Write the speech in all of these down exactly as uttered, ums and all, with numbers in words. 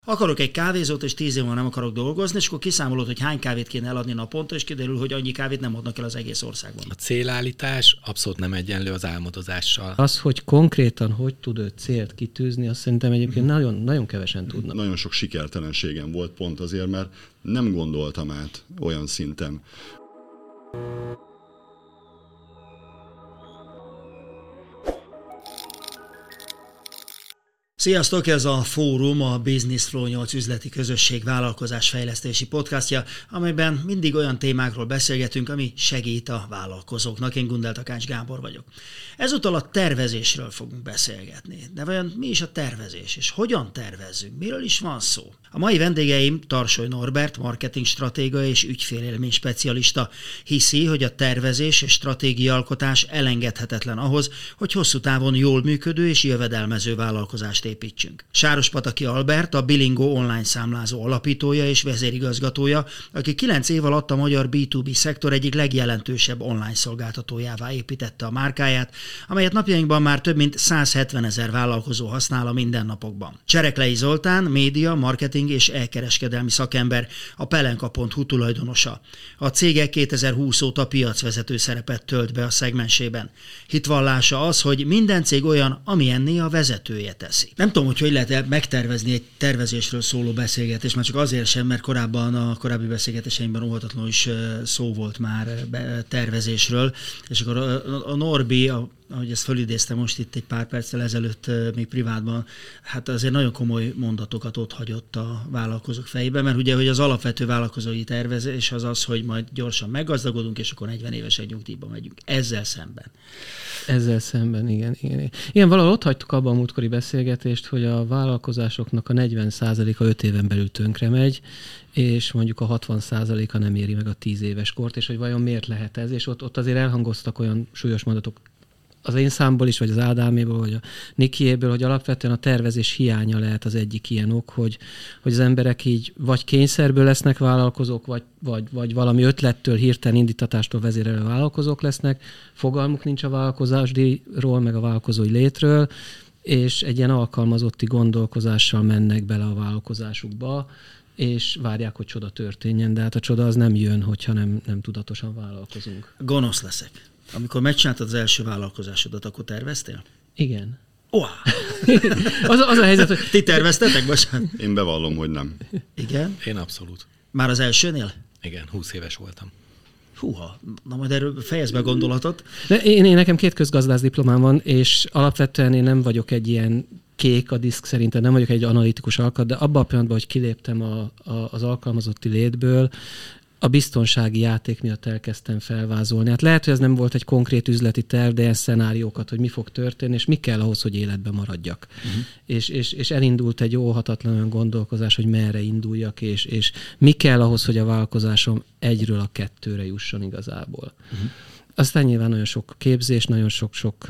Akarok egy kávézót, és tíz év múlva nem akarok dolgozni, és akkor kiszámolod, hogy hány kávét kéne eladni naponta, és kiderül, hogy annyi kávét nem adnak el az egész országban. A célállítás abszolút nem egyenlő az álmodozással. Az, hogy konkrétan hogy tud ő célt kitűzni, azt szerintem egyébként hmm. nagyon, nagyon kevesen tudnak. Nagyon sok sikertelenségem volt pont azért, mert nem gondoltam át olyan szinten. Sziasztok, ez a Fórum, a Business Flow nyolc üzleti közösség vállalkozásfejlesztési podcastja, amelyben mindig olyan témákról beszélgetünk, ami segít a vállalkozóknak. Én Gundel Takács Gábor vagyok. Ezúttal a tervezésről fogunk beszélgetni. De vajon mi is a tervezés, és hogyan tervezzünk? Miről is van szó? A mai vendégeim Tarsoly Norbert, marketing stratéga és ügyfélélmény specialista, hiszi, hogy a tervezés és stratégiaalkotás elengedhetetlen ahhoz, hogy hosszú távon jól működő és jövedelmező vállalkozást építsünk. Sárospataki Albert, a Bilingo online számlázó alapítója és vezérigazgatója, aki kilenc év alatt a magyar bé kettő bé szektor egyik legjelentősebb online szolgáltatójává építette a márkáját, amelyet napjainkban már több mint száz hetven ezer vállalkozó használ a mindennapokban. Csereklei Zoltán, média, marketing és elkereskedelmi szakember, a pelenka pont hu tulajdonosa. A cége kétezer-húsz óta piacvezető szerepet tölt be a szegmensében. Hitvallása az, hogy minden cég olyan, amilyenné a vezetője teszi. Nem tudom, hogy hogy lehet megtervezni egy tervezésről szóló beszélgetést, már csak azért sem, mert korábban a korábbi beszélgetéseimben óhatatlanul is szó volt már tervezésről, és akkor a Norbi, a ahogy ezt fölidéztem most itt egy pár perccel ezelőtt még privátban, hát azért nagyon komoly mondatokat ott hagyott a vállalkozók fejében, mert ugye, hogy az alapvető vállalkozói tervezés az az, hogy majd gyorsan meggazdagodunk, és akkor negyven évesen nyugdíjba megyünk. Ezzel szemben. Ezzel szemben, igen. Igen, igen valahol ott hagytuk abban a múltkori beszélgetést, hogy a vállalkozásoknak a negyven százaléka öt éven belül tönkre megy, és mondjuk a hatvan százaléka nem éri meg a tíz éves kort, és hogy vajon miért lehet ez, és ott, ott azért elhangoztak olyan súlyos mondatok, az én számból is, vagy az Ádáméból, vagy a Nikiéből, hogy alapvetően a tervezés hiánya lehet az egyik ilyen ok, hogy, hogy az emberek így vagy kényszerből lesznek vállalkozók, vagy, vagy, vagy valami ötlettől, hirtelen indítatástól vezérelő vállalkozók lesznek, fogalmuk nincs a vállalkozásról, meg a vállalkozói létről, és egy ilyen alkalmazotti gondolkozással mennek bele a vállalkozásukba, és várják, hogy csoda történjen, de hát a csoda az nem jön, hogyha nem, nem tudatosan vállalkozunk. Gonosz leszek. Amikor megcsináltad az első vállalkozásodat, akkor terveztél? Igen. Wow. az, az a helyzet, hogy... Ti terveztetek, bocsánat? Én bevallom, hogy nem. Igen? Én abszolút. Már az elsőnél? Igen, húsz éves voltam. Húha, na majd erről fejezd be a gondolatot. De én, én nekem két közgazdász diplomám van, és alapvetően én nem vagyok egy ilyen kék a diszk szerintem, nem vagyok egy analitikus alkat, de abban a pillanatban, hogy kiléptem a, a, az alkalmazotti létből, a biztonsági játék miatt elkezdtem felvázolni. Hát lehet, hogy ez nem volt egy konkrét üzleti terv, de ilyen szenáriókat, hogy mi fog történni, és mi kell ahhoz, hogy életben maradjak. Uh-huh. És, és, és elindult egy óhatatlan olyan gondolkozás, hogy merre induljak, és, és mi kell ahhoz, hogy a vállalkozásom egyről a kettőre jusson igazából. Uh-huh. Aztán nyilván nagyon sok képzés, nagyon sok-sok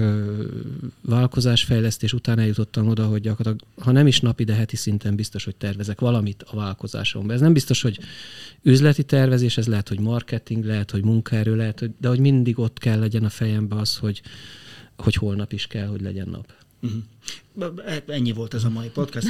vállalkozásfejlesztés után eljutottam oda, hogy gyakorlatilag, ha nem is napi, de heti szinten biztos, hogy tervezek valamit a vállalkozásomban. Ez nem biztos, hogy üzleti tervezés, ez lehet, hogy marketing, lehet, hogy munkaerő, lehet, hogy, de hogy mindig ott kell legyen a fejemben az, hogy, hogy holnap is kell, hogy legyen nap. Uh-huh. Ennyi volt ez a mai podcast.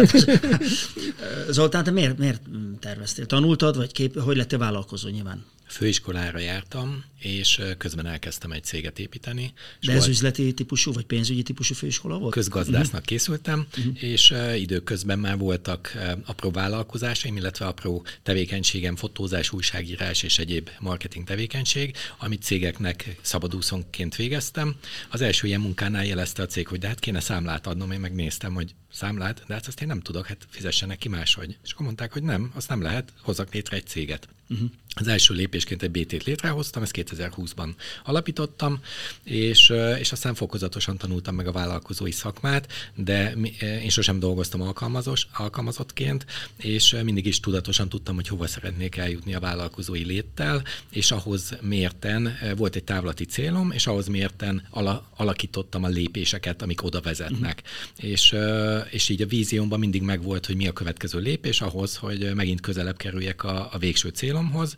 Zoltán, te miért, miért terveztél? Tanultad, vagy kép, hogy lettél vállalkozó nyilván? Főiskolára jártam, és közben elkezdtem egy céget építeni. De ez üzleti típusú, vagy pénzügyi típusú főiskola volt? Közgazdásznak uh-huh. készültem, uh-huh. és uh, időközben már voltak uh, apró vállalkozásaim, illetve apró tevékenységem, fotózás, újságírás és egyéb marketing tevékenység, amit cégeknek szabadúszónként végeztem. Az első ilyen munkánál jelezte a cég, hogy de hát kéne számlát adnom, én megnéztem, hogy számlát, de hát azt én nem tudok, hát fizessenek ki máshogy. És akkor mondták, hogy nem, azt nem lehet, hozzak létre egy céget. Uh-huh. Az első lépésként egy bé té-t létrehoztam, ezt kétezer-húszban alapítottam, és, és aztán fokozatosan tanultam meg a vállalkozói szakmát, de én sosem dolgoztam alkalmazos, alkalmazottként, és mindig is tudatosan tudtam, hogy hova szeretnék eljutni a vállalkozói léttel, és ahhoz mérten volt egy távlati célom, és ahhoz mérten ala, alakítottam a lépéseket, amik oda vezetnek. Uh-huh. És, és így a víziómban mindig megvolt, hogy mi a következő lépés ahhoz, hogy megint közelebb kerüljek a, a végső célomhoz,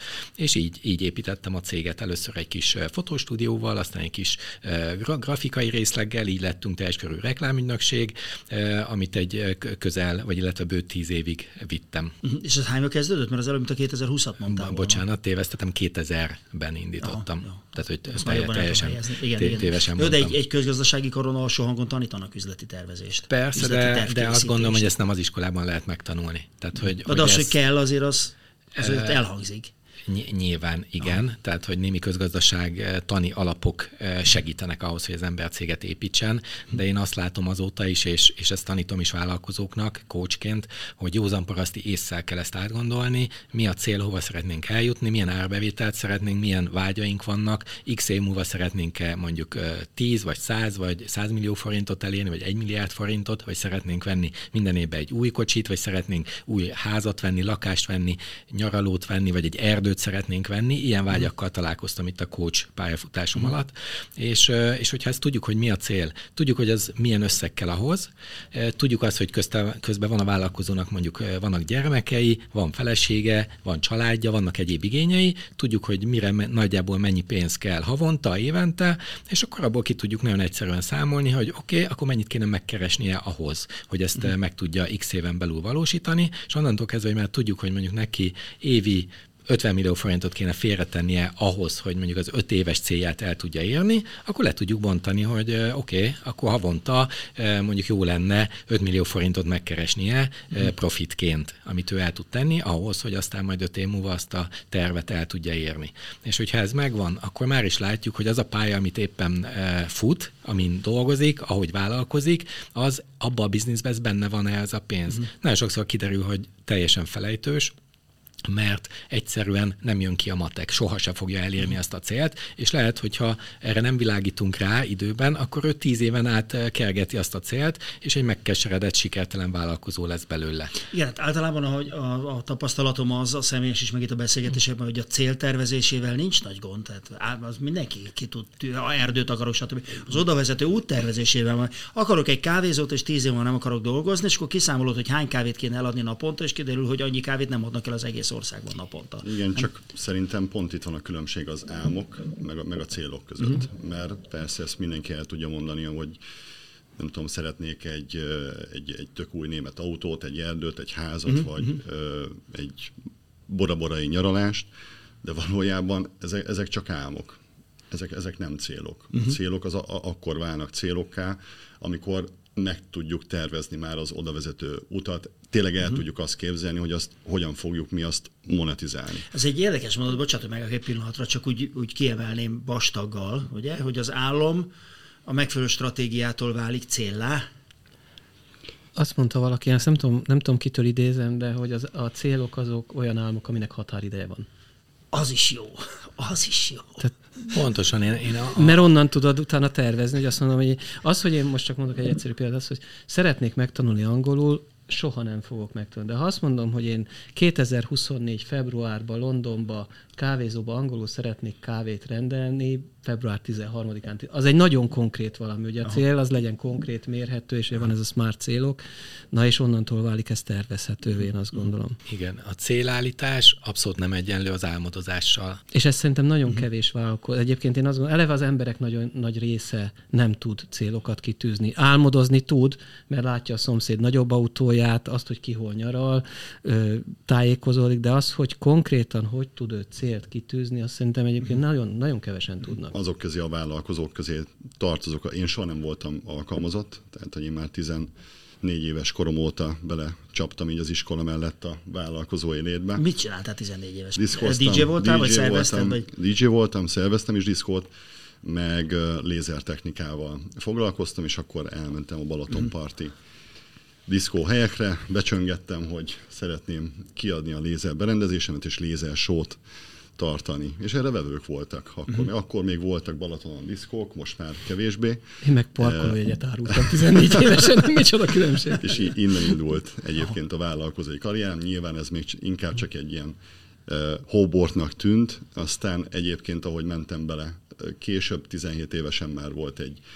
és így, így építettem a céget először egy kis fotostúdióval, aztán egy kis grafikai részleggel, így lettünk teljes körű reklámügynökség, amit egy közel, vagy illetve bő tíz évig vittem. Uh-huh. És ez hányba kezdődött? Mert az előbb, mint a kétezer-húszat mondtál volna. Bocsánat, tévesztettem, kétezerben indítottam. Aha, Tehát, hogy telj, teljesen igen, igen. tévesen jó, de egy, egy közgazdasági karon alsó hangon tanítanak üzleti tervezést. Persze, de, de azt gondolom, hogy ezt nem az iskolában lehet megtanulni. Tehát, hogy, de hogy az, ez, hogy kell, azért az, azért elhangzik. Nyilván igen, Aha. tehát hogy némi közgazdaság tani alapok segítenek ahhoz, hogy az ember céget építsen, de én azt látom azóta is, és, és ezt tanítom is vállalkozóknak, coachként, hogy józanparaszti ésszel kell ezt átgondolni, mi a cél, hova szeretnénk eljutni, milyen árbevételt szeretnénk, milyen vágyaink vannak, x év múlva szeretnénk mondjuk tíz vagy száz vagy száz millió forintot elérni, vagy egy milliárd forintot, vagy szeretnénk venni minden évben egy új kocsit, vagy szeretnénk új házat venni, lakást venni, nyaralót venni, vagy egy erdőt szeretnénk venni. Ilyen vágyakkal találkoztam itt a coach pályafutásom mm. alatt, és, és hogyha ezt tudjuk, hogy mi a cél, tudjuk, hogy az milyen összeg kell ahhoz, tudjuk azt, hogy közte, közben van a vállalkozónak mondjuk vannak gyermekei, van felesége, van családja, vannak egyéb igényei, tudjuk, hogy mire nagyjából mennyi pénz kell havonta, évente, és akkor abból ki tudjuk nagyon egyszerűen számolni, hogy oké, okay, akkor mennyit kéne megkeresnie ahhoz, hogy ezt mm. meg tudja x éven belül valósítani, és onnantól kezdve, hogy már tudjuk, hogy mondjuk neki évi ötven millió forintot kéne félretennie ahhoz, hogy mondjuk az öt éves célját el tudja érni, akkor le tudjuk bontani, hogy oké, okay, akkor havonta mondjuk jó lenne öt millió forintot megkeresnie profitként, amit ő el tud tenni, ahhoz, hogy aztán majd öt év múlva azt a tervet el tudja érni. És hogyha ez megvan, akkor már is látjuk, hogy az a pálya, amit éppen fut, amin dolgozik, ahogy vállalkozik, az abban a bizniszben ez benne van ez a pénz. Uh-huh. Nagyon sokszor kiderül, hogy teljesen felejtős, mert egyszerűen nem jön ki a matek, sohasem fogja elérni ezt a célt, és lehet, hogyha erre nem világítunk rá időben, akkor ő tíz éven át kergeti azt a célt, és egy megkeseredett, sikertelen vállalkozó lesz belőle. Igen, hát általában ahogy a, a tapasztalatom az, a személyes is meg itt a beszélgetésekben, hogy a céltervezésével nincs nagy gond, tehát az mindenki ki tud, erdőt akarok, stb. Az odavezető úttervezésével akarok egy kávézót, és tíz év múlva nem akarok dolgozni, és akkor kiszámolod, hogy hány kávét kéne eladni naponta, és kiderül, hogy annyi kávét nem adnak el az egész országban naponta. Igen, csak nem... szerintem pont itt van a különbség az álmok, meg a, meg a célok között. Uh-huh. Mert persze ezt mindenki el tudja mondani, hogy nem tudom, szeretnék egy, egy, egy tök új német autót, egy erdőt, egy házat, uh-huh. vagy uh, egy boraborai nyaralást, de valójában ezek, ezek csak álmok. Ezek, ezek nem célok. Uh-huh. A célok az a, a, akkor válnak célokká, amikor meg tudjuk tervezni már az odavezető utat, tényleg el uh-huh. tudjuk azt képzelni, hogy azt hogyan fogjuk mi azt monetizálni. Ez egy érdekes mondat, bocsánat, meg egy pillanatra, csak úgy, úgy kiemelném vastaggal, ugye, hogy az álom a megfelelő stratégiától válik céllá. Azt mondta valaki, ezt nem tudom, nem tudom kitől idézem, de hogy az, a célok azok olyan álmok, aminek határideje van. Az is jó. Az is jó. Tehát, pontosan. Én, én a, a... Mert onnan tudod utána tervezni, hogy azt mondom, hogy az, hogy én most csak mondok egy egyszerű példát, az, hogy szeretnék megtanulni angolul, soha nem fogok megtanulni. De ha azt mondom, hogy én kétezer-huszonnégy februárban Londonba kávézóba angolul szeretnék kávét rendelni, február tizenharmadikán. Az egy nagyon konkrét valami, ugye a Aha. cél, az legyen konkrét, mérhető, és van ez a smart célok. Na és onnantól válik ez tervezhetővé, én azt gondolom. Igen, a célállítás abszolút nem egyenlő az álmodozással. És ez szerintem nagyon uh-huh. kevés vállalkozó. Egyébként én azt gondolom, eleve az emberek nagyon nagy része nem tud célokat kitűzni. Álmodozni tud, mert látja a szomszéd nagyobb autóját, azt, hogy ki hol nyaral, tájékozódik, de az, hogy konkrétan hogy tud ő célt kitűzni, azt szerintem egyébként nagyon, nagyon kevesen tudnak. Azok közé, a vállalkozók közé tartozok. Én soha nem voltam alkalmazott, tehát hogy én már tizennégy éves korom óta bele csaptam így az iskola mellett a vállalkozói létbe. Mit csináltál tizennégy éves? Diszkoztam, dé dzsé voltál, dé dzsé vagy szervezted? Voltam, vagy? dé dzsé voltam, szerveztem is diszkót, meg lézertechnikával foglalkoztam, és akkor elmentem a Balatonparti uh-huh. diszkó helyekre, becsöngettem, hogy szeretném kiadni a lézer berendezésemet, és lézer sót tartani. És erre vevők voltak. Akkor, uh-huh. akkor még voltak Balatonon diszkók, most már kevésbé. Én meg parkolójegyet árultam tizennégy évesen, nem micsoda különbség. És innen indult egyébként a vállalkozói karrierem. Nyilván ez még inkább csak egy ilyen uh, hóbortnak tűnt, aztán egyébként, ahogy mentem bele, később tizenhét évesen már volt egy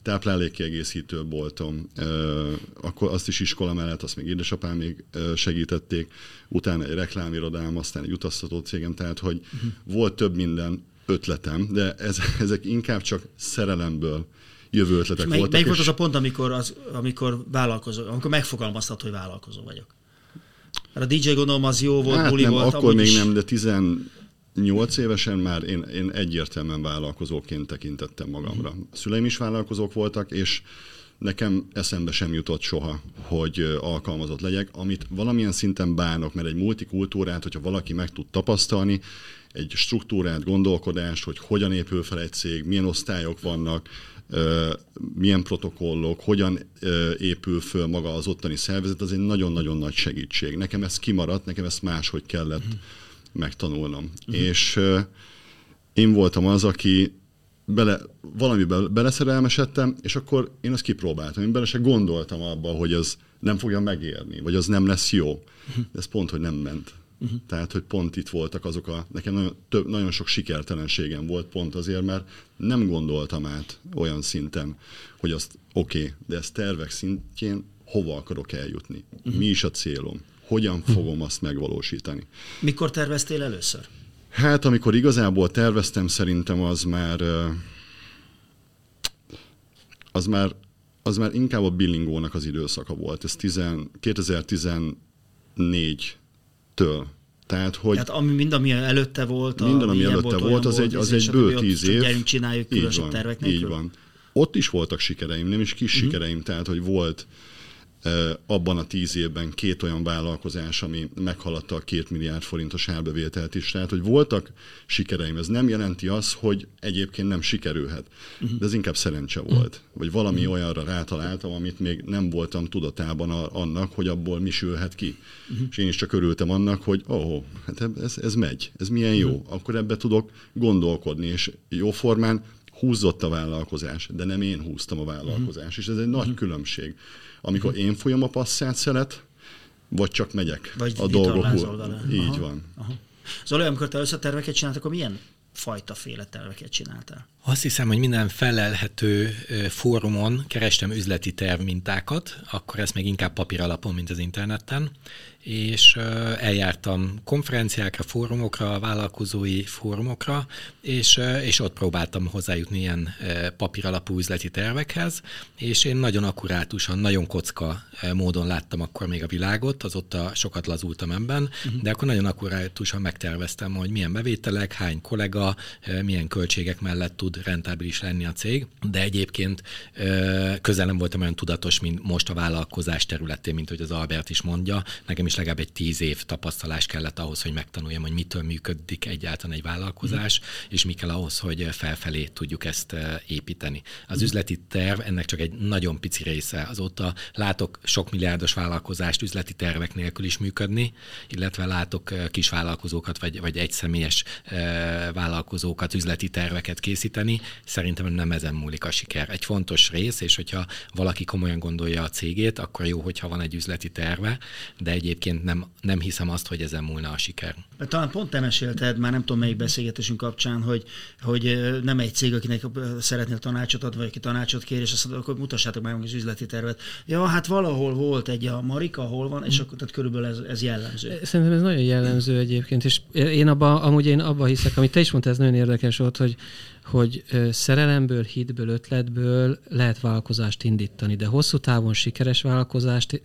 táplálékkiegészítő boltom, akkor azt is iskola mellett, azt még édesapám még segítették, utána egy reklámirodám, aztán egy utaztató cégem, tehát hogy uh-huh. volt több minden ötletem, de ez, ezek inkább csak szerelemből jövő ötletek mely, voltak. Melyik volt az a pont, amikor, az, amikor vállalkozó, amikor megfogalmaztad, hogy vállalkozó vagyok? Mert a dé dzsé gondolom az jó volt, hát buli nem, volt. akkor még is... nem, de tizennyolc évesen már én, én egyértelműen vállalkozóként tekintettem magamra. A szüleim is vállalkozók voltak, és nekem eszembe sem jutott soha, hogy alkalmazott legyek, amit valamilyen szinten bánok, mert egy multikultúrát, hogyha valaki meg tud tapasztalni, egy struktúrát, gondolkodást, hogy hogyan épül fel egy cég, milyen osztályok vannak, milyen protokollok, hogyan épül föl maga az ottani szervezet, az egy nagyon-nagyon nagy segítség. Nekem ez kimaradt, nekem ezt máshogy kellett uh-huh. megtanulnom. Uh-huh. És én voltam az, aki bele, valamiben beleszerelmesedtem, és akkor én azt kipróbáltam. Én bele se gondoltam abba, hogy az nem fogja megérni, vagy az nem lesz jó. Uh-huh. Ez pont, hogy nem ment. Uh-huh. Tehát, hogy pont itt voltak azok a... Nekem nagyon, több, nagyon sok sikertelenségem volt pont azért, mert nem gondoltam át olyan szinten, hogy azt oké, okay, de ezt tervek szintjén hova akarok eljutni? Uh-huh. Mi is a célom? Hogyan uh-huh. fogom azt megvalósítani? Mikor terveztél először? Hát, amikor igazából terveztem, szerintem az már... Az már, az már inkább a billingónak az időszaka volt. Ez kétezer-tizennégy től. Tehát, hogy Tehát ami, mind, ami előtte volt, minden, ami előtte volt, volt, az egy, az egy bő tíz év. Gyerünk, csináljuk különösebb tervek nélkül. Így van. Ott is voltak sikereim, nem is kis uh-huh. sikereim, tehát, hogy volt uh, abban a tíz évben két olyan vállalkozás, ami meghaladta a két milliárd forintos árbevételt is. Tehát, hogy voltak sikereim. Ez nem jelenti azt, hogy egyébként nem sikerülhet. Uh-huh. De ez inkább szerencse volt. Uh-huh. Vagy valami uh-huh. olyanra rátaláltam, amit még nem voltam tudatában a, annak, hogy abból mi sülhet ki. Uh-huh. És én is csak örültem annak, hogy oh, hát ez, ez megy, ez milyen jó. Uh-huh. Akkor ebbe tudok gondolkodni, és jóformán húzott a vállalkozás, de nem én húztam a vállalkozást. Uh-huh. És ez egy nagy uh-huh. különbség. Amikor uh-huh. én folyam a passzát szelet, vagy csak megyek vagy a dolgok. Így aha, van. Aha. Zoli, amikor te először terveket csináltál, akkor milyen fajta féle terveket csináltál? Azt hiszem, hogy minden felelhető fórumon kerestem üzleti tervmintákat, akkor ez még inkább papír alapon, mint az interneten, és eljártam konferenciákra, fórumokra, vállalkozói fórumokra, és, és ott próbáltam hozzájutni ilyen papír alapú üzleti tervekhez, és én nagyon akkurátusan, nagyon kocka módon láttam akkor még a világot, azóta sokat lazultam ebben, uh-huh. de akkor nagyon akkurátusan megterveztem, hogy milyen bevételek, hány kollega, milyen költségek mellett tud rentábilis lenni a cég, de egyébként közel nem voltam olyan tudatos, mint most a vállalkozás területén, mint hogy az Albert is mondja. Nekem is legalább egy tíz év tapasztalás kellett ahhoz, hogy megtanuljam, hogy mitől működik egyáltalán egy vállalkozás, mm. és mi kell ahhoz, hogy felfelé tudjuk ezt építeni. Az mm. üzleti terv ennek csak egy nagyon pici része. Azóta látok sok milliárdos vállalkozást üzleti tervek nélkül is működni, illetve látok kis vállalkozókat, vagy, vagy egyszemélyes vállalkozókat, üzleti terveket készíteni. Szerintem nem ezen múlik a siker. Egy fontos rész, és hogyha valaki komolyan gondolja a cégét, akkor jó, hogyha van egy üzleti terve, de egyébként nem, nem hiszem azt, hogy ezen múlna a siker. Talán pont te mesélted, már nem tudom melyik beszélgetésünk kapcsán, hogy, hogy nem egy cég, akinek szeretnél tanácsot adni, vagy aki tanácsot kér, és azt mondod, akkor mutassátok meg az üzleti tervet. Ja, hát valahol volt egy a Marika, hol van, és akkor tehát körülbelül ez, ez jellemző. Szerintem ez nagyon jellemző egyébként, és én abba, amúgy én abba hiszek, amit te is mondtál, ez nagyon érdekes volt, hogy hogy szerelemből, hitből, ötletből lehet vállalkozást indítani, de hosszú távon sikeres vállalkozást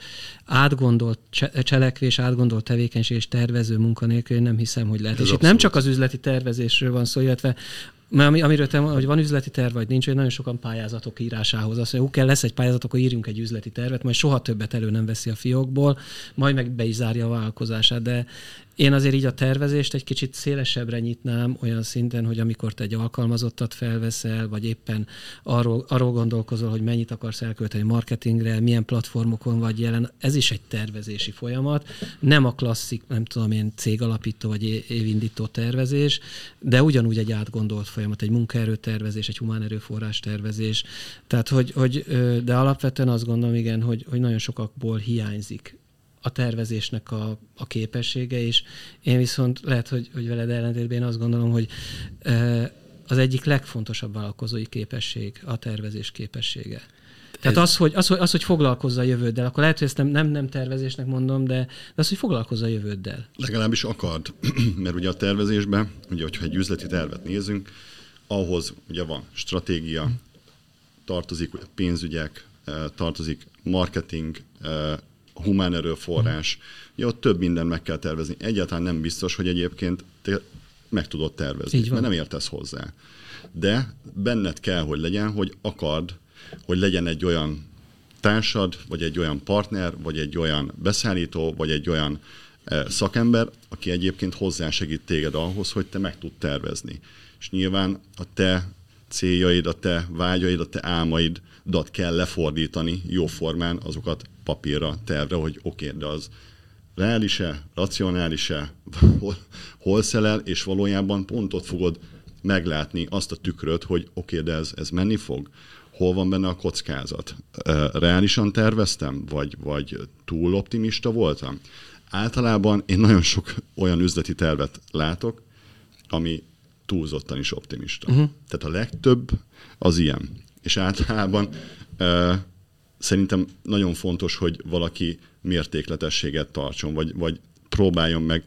átgondolt cselekvés, átgondolt tevékenység és tervező munkanélkül én nem hiszem, hogy lehet. Ez és abszolút. Itt nem csak az üzleti tervezésről van szó, illetve mert amiről te mondod, hogy van üzleti terv, vagy nincs, hogy nagyon sokan pályázatok írásához. Azt mondja, kell lesz egy pályázat, akkor írjunk egy üzleti tervet, majd soha többet elő nem veszi a fiókból, majd meg be is zárja a vállalkozását. De én azért így a tervezést egy kicsit szélesebbre nyitnám olyan szinten, hogy amikor te egy alkalmazottat felveszel, vagy éppen arról, arról gondolkozol, hogy mennyit akarsz elkölteni marketingre, milyen platformokon vagy jelen, ez is egy tervezési folyamat. Nem a klasszik, nem tudom én, cégalapító vagy évindító tervezés, de ugyanúgy egy átgondolt folyamat, egy munkaerőtervezés, egy humán erőforrás tervezés. Tehát, hogy, hogy, de alapvetően azt gondolom, igen, hogy, hogy nagyon sokakból hiányzik a tervezésnek a, a képessége, és én viszont lehet, hogy, hogy veled ellentétben én azt gondolom, hogy e, az egyik legfontosabb vállalkozói képesség, a tervezés képessége. Tehát az hogy, az, hogy, az, hogy foglalkozza a jövőddel, akkor lehet, hogy ezt nem, nem, nem tervezésnek mondom, de, de az, hogy foglalkozza a jövőddel. Legalábbis akard, mert ugye a tervezésben, ugye, hogyha egy üzleti tervet nézünk, ahhoz ugye van stratégia, tartozik pénzügyek, tartozik marketing, humán erőforrás, ugye ott több mindent meg kell tervezni. Egyáltalán nem biztos, hogy egyébként te meg tudod tervezni, mert nem értesz hozzá. De benned kell, hogy legyen, hogy akard, hogy legyen egy olyan társad, vagy egy olyan partner, vagy egy olyan beszállító, vagy egy olyan szakember, aki egyébként hozzásegít téged ahhoz, hogy te meg tud tervezni. És nyilván a te céljaid, a te vágyaid, a te álmaidat kell lefordítani jóformán, azokat papírra, tervre, hogy oké, okay, de az reális-e, racionális-e, hol, hol szelel, és valójában pont ott fogod meglátni azt a tükröt, hogy oké, okay, de ez, ez menni fog. Hol van benne a kockázat? Reálisan terveztem, vagy, vagy túl optimista voltam? Általában én nagyon sok olyan üzleti tervet látok, ami túlzottan is optimista. Uh-huh. Tehát a legtöbb az ilyen. És általában uh, szerintem nagyon fontos, hogy valaki mértékletességet tartson, vagy, vagy próbáljon meg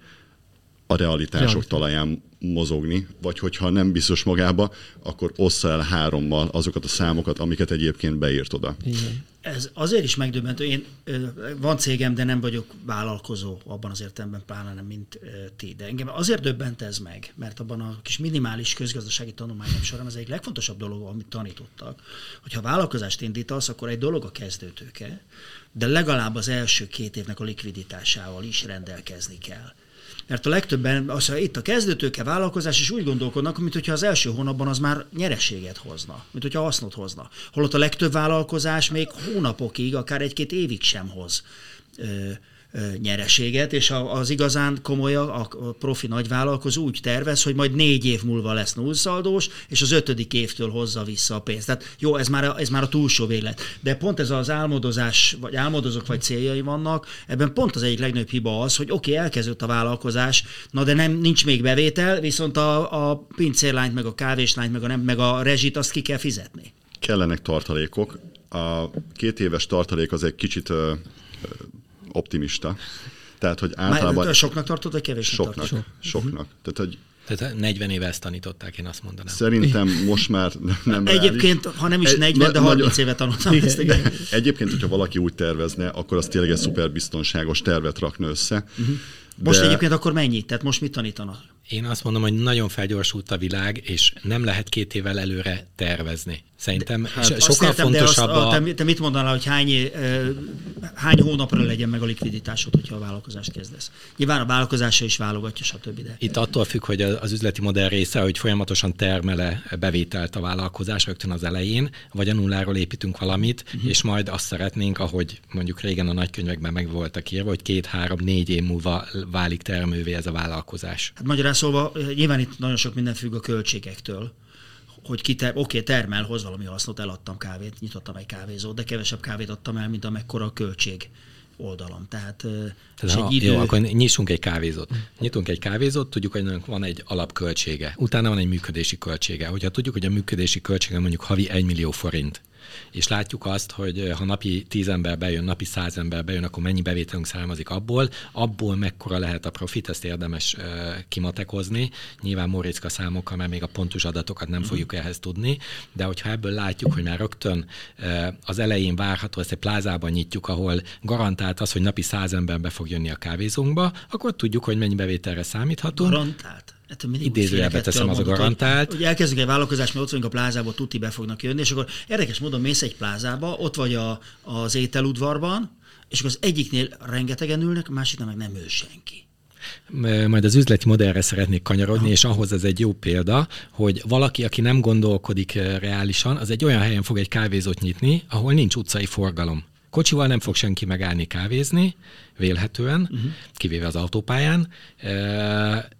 a realitások Realitás. talaján mozogni, vagy hogyha nem biztos magába, akkor ossza el hárommal azokat a számokat, amiket egyébként beírt oda. Igen. Ez azért is megdöbbentő. Én, van cégem, de nem vagyok vállalkozó abban az értelemben, pláne nem, mint ti. De engem azért döbbent ez meg, mert abban a kis minimális közgazdasági tanulmányom során az egyik legfontosabb dolog, amit tanítottak, hogyha vállalkozást indítasz, akkor egy dolog a kezdőtőke, de legalább az első két évnek a likviditásával is rendelkezni kell. Mert a legtöbben, az, hogy itt a kezdőtőke vállalkozás, és úgy gondolkodnak, mintha az első hónapban az már nyereséget hozna, mint hogyha hasznot hozna. Holott a legtöbb vállalkozás még hónapokig, akár egy-két évig sem hoz ö, ö, nyereséget, és az igazán komoly, a profi nagyvállalkozó úgy tervez, hogy majd négy év múlva lesz nullszaldós, és az ötödik évtől hozza vissza a pénzt. Tehát jó, ez már a, ez már a túlsó véglet. De pont ez az álmodozás, vagy álmodozók, vagy céljai vannak, ebben pont az egyik legnagyobb hiba az, hogy oké, okay, elkezdődött a vállalkozás, na de nem, nincs még bevétel, viszont a, a pincérlányt, meg a kávéslányt, meg a, nem, meg a rezsit azt ki kell fizetni. Kellenek tartalékok. A két éves tartalék az egy kicsit ö, ö, optimista. Tehát, hogy általában... Már soknak tartod, vagy kevésnek soknak, tartod? Soknak. Tehát, hogy Tehát negyven éve ezt tanították, én azt mondanám. Szerintem most már nem Egyébként, reális. ha nem is negyven, de harminc éve tanultam ezt. De egyébként, hogyha valaki úgy tervezne, akkor az tényleg egy szuper biztonságos tervet rakna össze. Uh-huh. Most de... egyébként akkor mennyi? Tehát most mit tanítanak? Én azt mondom, hogy nagyon felgyorsult a világ, és nem lehet két évvel előre tervezni. Szerintem de, hát sokkal értem, fontosabb azt, a... Te, te mit mondanál, hogy hány, eh, hány hónapra legyen meg a likviditásod, hogyha a vállalkozást kezdesz? Nyilván a vállalkozása is válogatja, stb. De... Itt attól függ, hogy az üzleti modell része, hogy folyamatosan termele bevételt a vállalkozás rögtön az elején, vagy a nulláról építünk valamit, uh-huh. és majd azt szeretnénk, ahogy mondjuk régen a nagykönyvekben meg voltak írva, hogy két, három, négy év múlva válik termővé ez a vállalkozás. Hát magyarán szólva, nyilván itt nagyon sok minden függ a költségektől, hogy ki ter, oké, termel, hoz valami hasznot, eladtam kávét, nyitottam egy kávézót, de kevesebb kávét adtam el, mint amekkora a költség oldalam. Tehát, Tehát ha, egy idő... Jó, akkor nyissunk egy kávézót. Nyitunk egy kávézót, tudjuk, hogy van egy alapköltsége, utána van egy működési költsége. Hogyha tudjuk, hogy a működési költsége mondjuk havi egy millió forint, és látjuk azt, hogy ha napi tíz ember bejön, napi száz ember bejön, akkor mennyi bevételünk származik abból, abból mekkora lehet a profit, ezt érdemes uh, kimatekozni. Nyilván Móriczka számokkal, mert még a pontos adatokat nem fogjuk ehhez tudni, de hogyha ebből látjuk, hogy már rögtön uh, az elején várható, ezt egy plázában nyitjuk, ahol garantált az, hogy napi száz ember be fog jönni a kávézónkba, akkor tudjuk, hogy mennyi bevételre számíthatunk. Garantált? Hát idézőjelbe teszem az a garantált. Hogy, hogy elkezdünk egy vállalkozást, mert ott vagyunk a plázába, tuti be fognak jönni, és akkor érdekes módon mész egy plázába, ott vagy a, az ételudvarban, és akkor az egyiknél rengetegen ülnek, a másiknál meg nem ül senki. Majd az üzleti modellre szeretnék kanyarodni, Aha. és ahhoz ez egy jó példa, hogy valaki, aki nem gondolkodik reálisan, az egy olyan helyen fog egy kávézót nyitni, ahol nincs utcai forgalom. Kocsival nem fog senki megállni kávézni, vélhetően, uh-huh. kivéve az autópályán,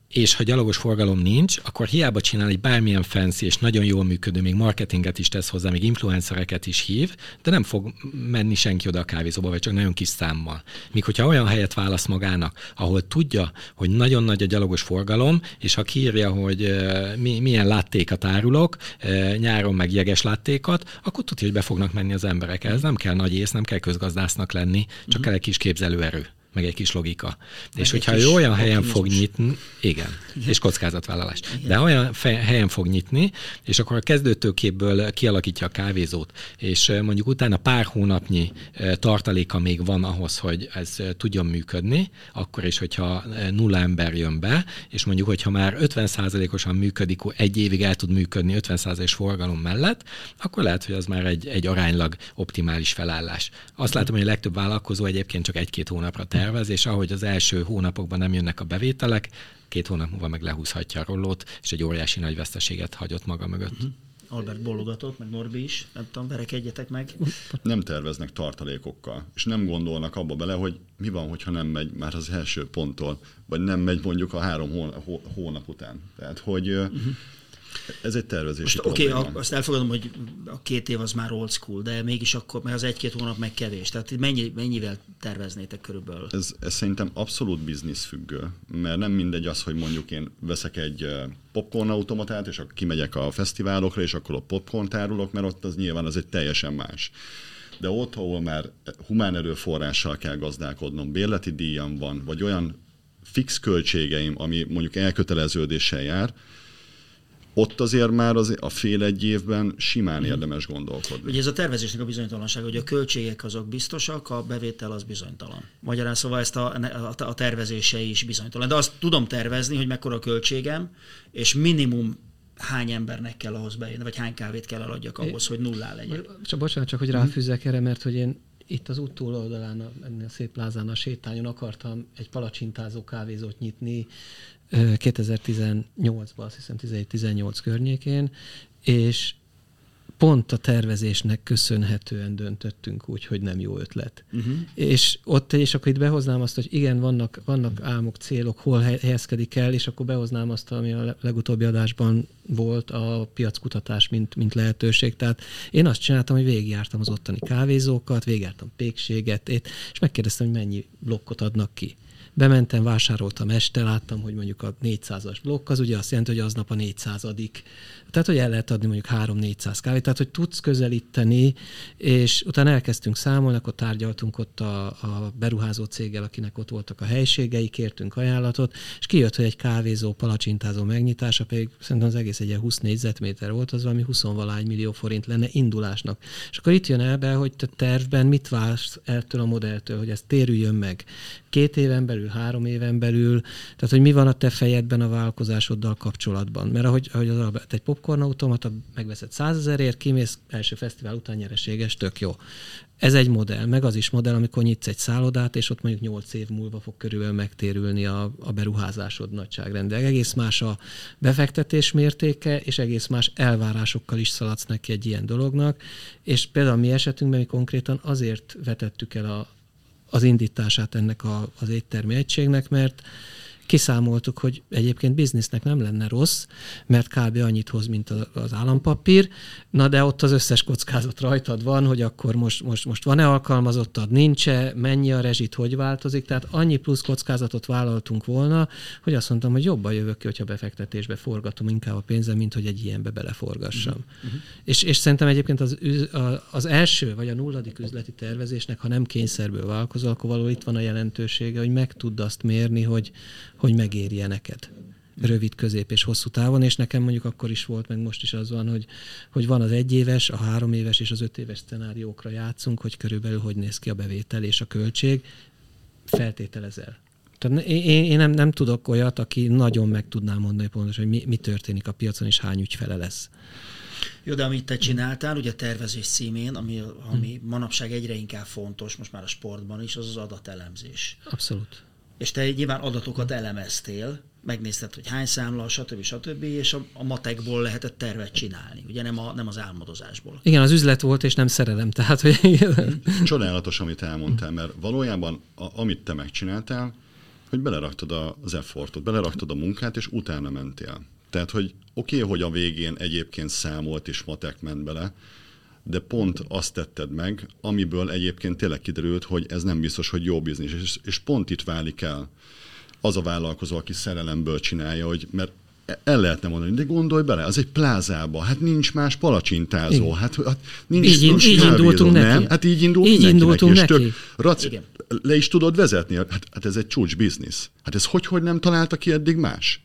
és ha gyalogos forgalom nincs, akkor hiába csinál egy bármilyen fancy és nagyon jól működő, még marketinget is tesz hozzá, még influencereket is hív, de nem fog menni senki oda a kávézóba, vagy csak nagyon kis számmal. Míg hogyha olyan helyet válasz magának, ahol tudja, hogy nagyon nagy a gyalogos forgalom, és ha kiírja, hogy uh, mi, milyen láttékat árulok, uh, nyáron meg jeges láttékat, akkor tudja, hogy be fognak menni az emberek. Ez nem kell nagy ész, nem kell közgazdásznak lenni, csak uh-huh. kell egy kis képzelőerő, meg egy kis logika. Meg és hogyha ő olyan helyen fog nyitni, igen, igen. és kockázatvállalás, igen. de olyan fe- helyen fog nyitni, és akkor a kezdőtőképből kialakítja a kávézót, és mondjuk utána pár hónapnyi tartaléka még van ahhoz, hogy ez tudjon működni, akkor is, hogyha nulla ember jön be, és mondjuk, hogyha már ötven százalékosan működik, egy évig el tud működni ötven százalékos forgalom mellett, akkor lehet, hogy az már egy, egy aránylag optimális felállás. Azt látom, hogy a legtöbb vállalkozó egyébként csak egy-két hónapra tervez, és ahogy az első hónapokban nem jönnek a bevételek, két hónap múlva meg lehúzhatja a rollót, és egy óriási nagy veszteséget hagyott maga mögött. Uh-huh. Albert bólogatott, meg Norbi is, nem tudom, verekedjetek meg. Nem terveznek tartalékokkal, és nem gondolnak abba bele, hogy mi van, hogyha nem megy már az első ponttól, vagy nem megy mondjuk a három hónap után. Tehát, hogy uh-huh. ez egy tervezési probléma. Oké, okay, azt elfogadom, hogy a két év az már old school, de mégis akkor, mert az egy-két hónap meg kevés. Tehát mennyi, mennyivel terveznétek körülbelül? Ez, ez szerintem abszolút bizniszfüggő, mert nem mindegy az, hogy mondjuk én veszek egy popcorn automatát, és akkor kimegyek a fesztiválokra, és akkor a popcorn árulok, mert ott az nyilván az egy teljesen más. De ott, ahol már humán erőforrással kell gazdálkodnom, bérleti díjam van, vagy olyan fix költségeim, ami mondjuk elköteleződéssel jár, ott azért már az a fél egy évben simán érdemes gondolkodni. Ugye ez a tervezésnek a bizonytalanság, hogy a költségek azok biztosak, a bevétel az bizonytalan. Magyarán szóval ezt a, a, a tervezése is bizonytalan. De azt tudom tervezni, hogy mekkora a költségem, és minimum hány embernek kell ahhoz bejönni, vagy hány kávét kell eladjak ahhoz, é, hogy nullá legyen. Csak bocsánat, csak hogy ráfűzzek erre, mert hogy én itt az út túloldalán, ennél a szép plázán, a sétányon akartam egy palacsintázó kávézót nyitni kétezer-tizennyolcban, azt hiszem tizenhét-tizennyolc környékén, és pont a tervezésnek köszönhetően döntöttünk úgy, hogy nem jó ötlet. Uh-huh. És ott, és akkor itt behoznám azt, hogy igen, vannak, vannak álmok, célok, hol helyezkedik el, és akkor behoznám azt, ami a legutóbbi adásban volt, a piackutatás, mint, mint lehetőség. Tehát én azt csináltam, hogy végigjártam az ottani kávézókat, végigjártam pékséget, és megkérdeztem, hogy mennyi blokkot adnak ki. Bementem, vásároltam este, láttam, hogy mondjuk a négyszázas blokk, az ugye azt jelenti, hogy aznap a négyszázadik. Tehát, hogy el lehet adni mondjuk három-négyszáz kávét, tehát, hogy tudsz közelíteni, és utána elkezdtünk számolni, akkor tárgyaltunk ott a, a beruházó céggel, akinek ott voltak a helységei, kértünk ajánlatot, és kijött, hogy egy kávézó, palacsintázó megnyitása, pedig szerintem az egész egy ilyen húsz négyzetméter volt, az valami huszonvalány millió forint lenne indulásnak. És akkor itt jön el be, hogy te tervben mit vársz ettől a modelltől, hogy ez térüljön meg. Két éven belül, három éven belül, tehát hogy mi van a te fejedben a vállalkozásoddal kapcsolatban. Mert ahogy, ahogy az Albert, egy popcorn automata, megveszed százezerért, kimész, első fesztivál után nyereséges, tök jó. Ez egy modell, meg az is modell, amikor nyitsz egy szállodát, és ott mondjuk nyolc év múlva fog körülbelül megtérülni a, a beruházásod nagyságrendileg. Egész más a befektetés mértéke, és egész más elvárásokkal is szaladsz neki egy ilyen dolognak. És például a mi esetünkben mi konkrétan azért vetettük el a az indítását ennek a, az éttermi egységnek, mert kiszámoltuk, hogy egyébként biznisznek nem lenne rossz, mert kb. Annyit hoz, mint az állampapír, na de ott az összes kockázat rajtad van, hogy akkor most, most, most van-e alkalmazottad, nincs-e, mennyi a rezsit, hogy változik, tehát annyi plusz kockázatot vállaltunk volna, hogy azt mondtam, hogy jobban jövök ki, hogyha befektetésbe forgatom inkább a pénzem, mint hogy egy ilyenbe beleforgassam. Uh-huh. És, és szerintem egyébként az, az első, vagy a nulladik üzleti tervezésnek, ha nem kényszerből vállalkozol, akkor való itt van a jelentősége, hogy meg tudd azt mérni, hogy hogy megérje neked rövid, közép és hosszú távon, és nekem mondjuk akkor is volt, meg most is az van, hogy, hogy van az egyéves, a három éves és az öt éves szenáriókra játszunk, hogy körülbelül hogy néz ki a bevétel és a költség, feltételezel. Tehát én, én nem, nem tudok olyat, aki nagyon meg tudná mondani pontosan, hogy mi, mi történik a piacon, és hány ügyfele lesz. Jó, de amit te csináltál, ugye a tervezés címén, ami, ami manapság egyre inkább fontos, most már a sportban is, az az adatelemzés. Abszolút. És te nyilván adatokat elemeztél, megnézted, hogy hány számla, stb. stb. És a, a matekból lehetett tervet csinálni, ugye nem, a, nem az álmodozásból. Igen, az üzlet volt, és nem szerelem. Tehát, hogy... Csodálatos, amit elmondtál, mert valójában a, amit te megcsináltál, hogy beleraktad az effortot, beleraktad a munkát, és utána mentél. Tehát, hogy oké, okay, hogy a végén egyébként számolt és matek ment bele, de pont azt tetted meg, amiből egyébként tényleg kiderült, hogy ez nem biztos, hogy jó biznisz. És, és pont itt válik el az a vállalkozó, aki szerelemből csinálja, hogy mert el lehetne mondani, de gondolj bele, az egy plázába, hát nincs más palacsintázó, igen. hát, hát nincs így, így indultunk neki. Nem? Hát így indult így neki, indultunk neki. neki. És tök, raci, le is tudod vezetni, hát, hát ez egy csúcs biznisz. Hát ez hogy, hogy nem találta ki eddig más?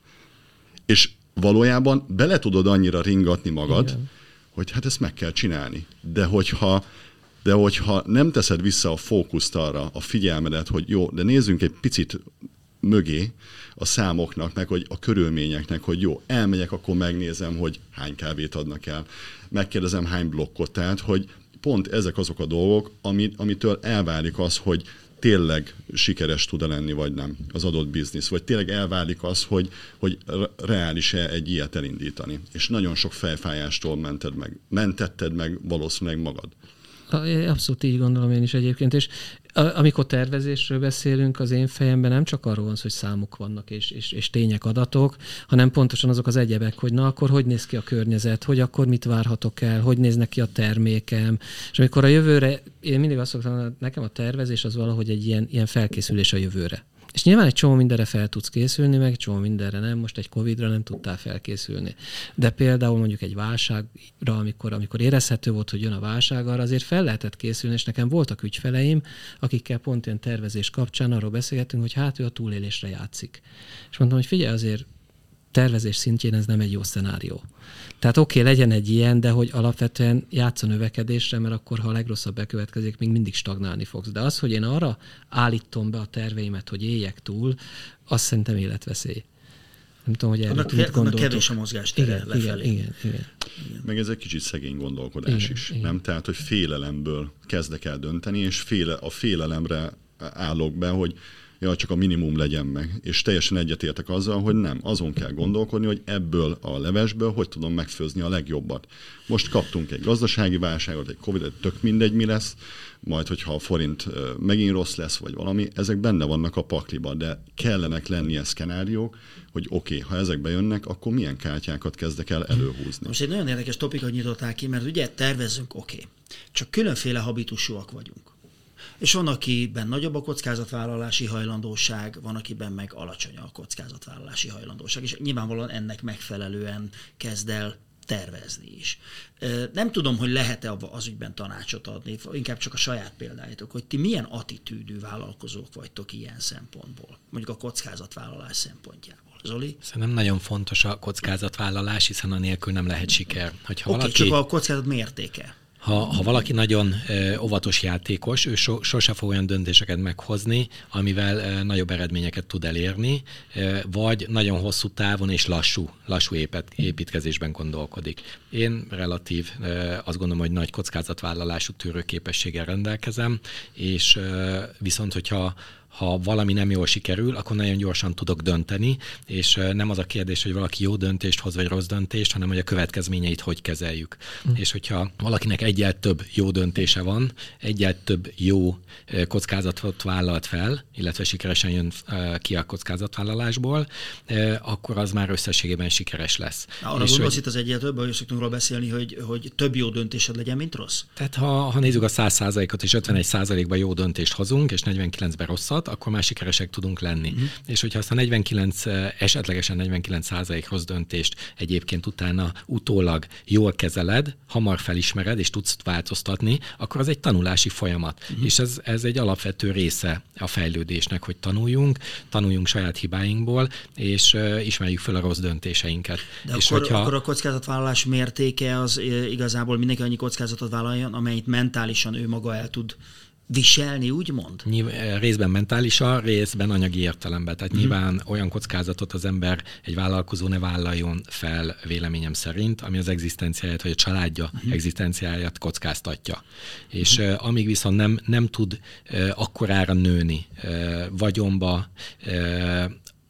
És valójában bele tudod annyira ringatni magad, igen. hogy hát ezt meg kell csinálni. De hogyha, de hogyha nem teszed vissza a fókuszt arra, a figyelmedet, hogy jó, de nézzünk egy picit mögé a számoknak, meg hogy a körülményeknek, hogy jó, elmegyek, akkor megnézem, hogy hány kávét adnak el. Megkérdezem, hány blokkot, tehát, hogy pont ezek azok a dolgok, amit, amitől elválik az, hogy tényleg sikeres tud-e lenni, vagy nem az adott biznisz, vagy tényleg elválik az, hogy, hogy reális-e egy ilyet elindítani. És nagyon sok fejfájástól mented meg, mentetted meg valószínűleg magad. Abszolút így gondolom én is egyébként, és amikor tervezésről beszélünk, az én fejemben nem csak arról van, hogy számok vannak és, és, és tények, adatok, hanem pontosan azok az egyebek, hogy na akkor hogy néz ki a környezet, hogy akkor mit várhatok el, hogy néznek ki a termékem, és amikor a jövőre, én mindig azt szoktam, nekem a tervezés az valahogy egy ilyen, ilyen felkészülés a jövőre. És nyilván egy csomó mindenre fel tudsz készülni, meg egy csomó mindenre nem. Most egy Covidra nem tudtál felkészülni. De például mondjuk egy válságra, amikor, amikor érezhető volt, hogy jön a válság, arra azért fel lehetett készülni, és nekem voltak ügyfeleim, akikkel pont ilyen tervezés kapcsán arról beszélgettünk, hogy hát ő a túlélésre játszik. És mondtam, hogy figyelj, azért tervezés szintjén ez nem egy jó szenárió. Tehát oké, okay, legyen egy ilyen, de hogy alapvetően játsz a növekedésre, mert akkor, ha a legrosszabb bekövetkezik, még mindig stagnálni fogsz. De az, hogy én arra állítom be a terveimet, hogy éljek túl, azt szerintem életveszély. Nem tudom, hogy erről mit gondoltok. Annak kevés a mozgástere igen, lefelé. Igen, igen, igen. Meg ez egy kicsit szegény gondolkodás igen, is. Igen. Nem? Tehát, hogy félelemből kezdek el dönteni, és féle, a félelemre állok be, hogy ja, csak a minimum legyen meg. És teljesen egyetértek azzal, hogy nem. Azon kell gondolkodni, hogy ebből a levesből hogy tudom megfőzni a legjobbat. Most kaptunk egy gazdasági válságot, egy Covid, tök mindegy mi lesz, majd hogyha a forint megint rossz lesz, vagy valami, ezek benne vannak a pakliba, de kellenek lennie szkenáriók, hogy oké, okay, ha ezek bejönnek, akkor milyen kártyákat kezdek el előhúzni. Most egy nagyon érdekes topikot nyitották ki, mert ugye tervezzünk, oké. Okay. Csak különféle habitusúak vagyunk. És van, akiben nagyobb a kockázatvállalási hajlandóság, van, akiben meg alacsony a kockázatvállalási hajlandóság, és nyilvánvalóan ennek megfelelően kezd el tervezni is. Nem tudom, hogy lehet-e az ügyben tanácsot adni, inkább csak a saját példáitok, hogy ti milyen attitűdű vállalkozók vagytok ilyen szempontból, mondjuk a kockázatvállalás szempontjából. Zoli? Szerintem nagyon fontos a kockázatvállalás, hiszen anélkül nem lehet siker. Hogyha Oké, valaki... csak a kockázat mértéke. Ha, ha valaki nagyon ö, óvatos játékos, ő so, sose fog olyan döntéseket meghozni, amivel ö, nagyobb eredményeket tud elérni, ö, vagy nagyon hosszú távon és lassú, lassú épet, építkezésben gondolkodik. Én relatív ö, azt gondolom, hogy nagy kockázatvállalású tűrőképességgel rendelkezem, és ö, viszont, hogyha ha valami nem jól sikerül, akkor nagyon gyorsan tudok dönteni, és nem az a kérdés, hogy valaki jó döntést hoz, vagy rossz döntést, hanem hogy a következményeit hogy kezeljük. Mm. És hogyha valakinek egyel több jó döntése van, egyel több jó kockázatot vállalt fel, illetve sikeresen jön ki a kockázatvállalásból, akkor az már összességében sikeres lesz. Arra gondolsz itt az egyel több, hogy szoktunk róla beszélni, hogy, hogy több jó döntésed legyen, mint rossz? Tehát ha, ha nézzük a száz százalékot, és ötvenegy százalékban jó döntést hozunk, és negyvenkilencben rosszat, akkor már sikeresek tudunk lenni. Uh-huh. És hogyha azt a negyvenkilenc, esetlegesen negyvenkilenc százalék rossz döntést egyébként utána utólag jól kezeled, hamar felismered, és tudsz változtatni, akkor az egy tanulási folyamat. Uh-huh. És ez, ez egy alapvető része a fejlődésnek, hogy tanuljunk, tanuljunk saját hibáinkból, és uh, ismerjük fel a rossz döntéseinket. De és akkor, hogyha... akkor a kockázatvállalás mértéke az igazából mindenki annyi kockázatot vállaljon, amelyet mentálisan ő maga el tud viselni, úgymond? Nyilván, részben mentálisan, részben anyagi értelemben. Tehát uh-huh. nyilván olyan kockázatot az ember, egy vállalkozó ne vállaljon fel véleményem szerint, ami az egzisztenciáját, vagy a családja uh-huh. egzisztenciáját kockáztatja. Uh-huh. És uh, amíg viszont nem, nem tud uh, akkorára nőni uh, vagyonba, uh,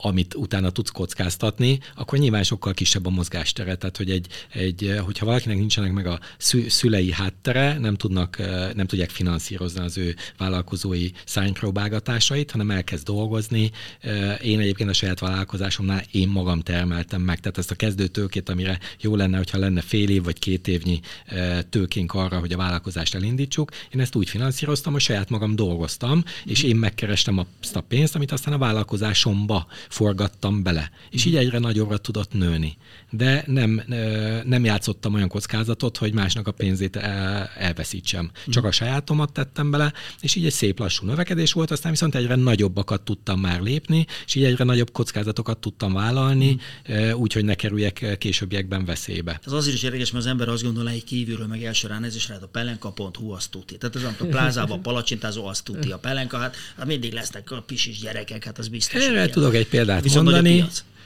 amit utána tudsz kockáztatni, akkor nyilván sokkal kisebb a mozgástere. Tehát, hogy egy, egy, hogyha valakinek nincsenek meg a szülei háttere, nem tudnak, nem tudják finanszírozni az ő vállalkozói szárnypróbálgatásait, hanem elkezd dolgozni. Én egyébként a saját vállalkozásomnál én magam termeltem meg. Tehát ezt a kezdőtőkét, amire jó lenne, hogyha lenne fél év vagy két évnyi tőkénk arra, hogy a vállalkozást elindítsuk. Én ezt úgy finanszíroztam, hogy saját magam dolgoztam, és én megkerestem azt a pénzt, amit aztán a vállalkozásomba forgattam bele. És így egyre nagyobbra tudott nőni. De nem, nem játszottam olyan kockázatot, hogy másnak a pénzét elveszítsem. Csak a sajátomat tettem bele, és így egy szép lassú növekedés volt, aztán viszont egyre nagyobbakat tudtam már lépni, és így egyre nagyobb kockázatokat tudtam vállalni, úgyhogy ne kerüljek későbbiekben veszélybe. Ez azért is érdekes, mert az ember azt gondolja, hogy kívülről meg első ránézésre, hát a pelenka pont hú, azt tuti. Tehát ez a plázában a palacsintázó, azt tuti a pelenka, hát, hát mindig lesznek a pisis gyerekek, hát az biztos. Erre tudok egy példát viszont mondani.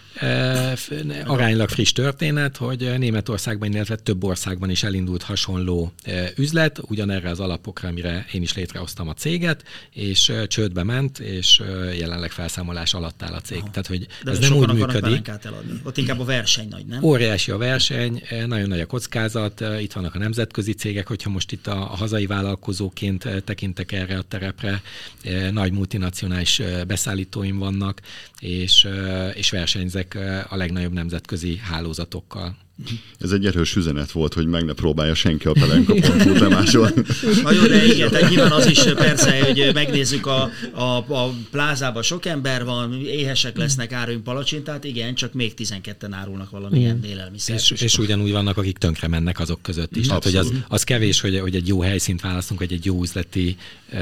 Aránylag friss történet, hogy Németországban, illetve több országban is elindult hasonló üzlet, ugyanerre az alapokra, amire én is létrehoztam a céget, és csődbe ment, és jelenleg felszámolás alatt áll a cég. Aha. Tehát, hogy de ez nem úgy működik. Eladni. Ott inkább a verseny nagy, nem? Óriási a verseny, nagyon nagy a kockázat, itt vannak a nemzetközi cégek, hogyha most itt a, a hazai vállalkozóként tekintek erre a terepre, nagy multinacionális beszállítóim vannak, és, és versenyzek a legnagyobb nemzetközi hálózatokkal. Ez egy erős üzenet volt, hogy meg ne próbálja senki a pelenka pont hú lemásolni. Na jó, de igen, tehát nyilván az is persze, hogy megnézzük a, a, a plázában sok ember van, éhesek lesznek, áruljunk palacsintát, igen, csak még tizenketten árulnak valamilyen élelmiszert. És, és ugyanúgy vannak, akik tönkre mennek azok között is. Tehát, hogy az, az kevés, hogy, hogy egy jó helyszínt választunk, vagy egy jó üzleti,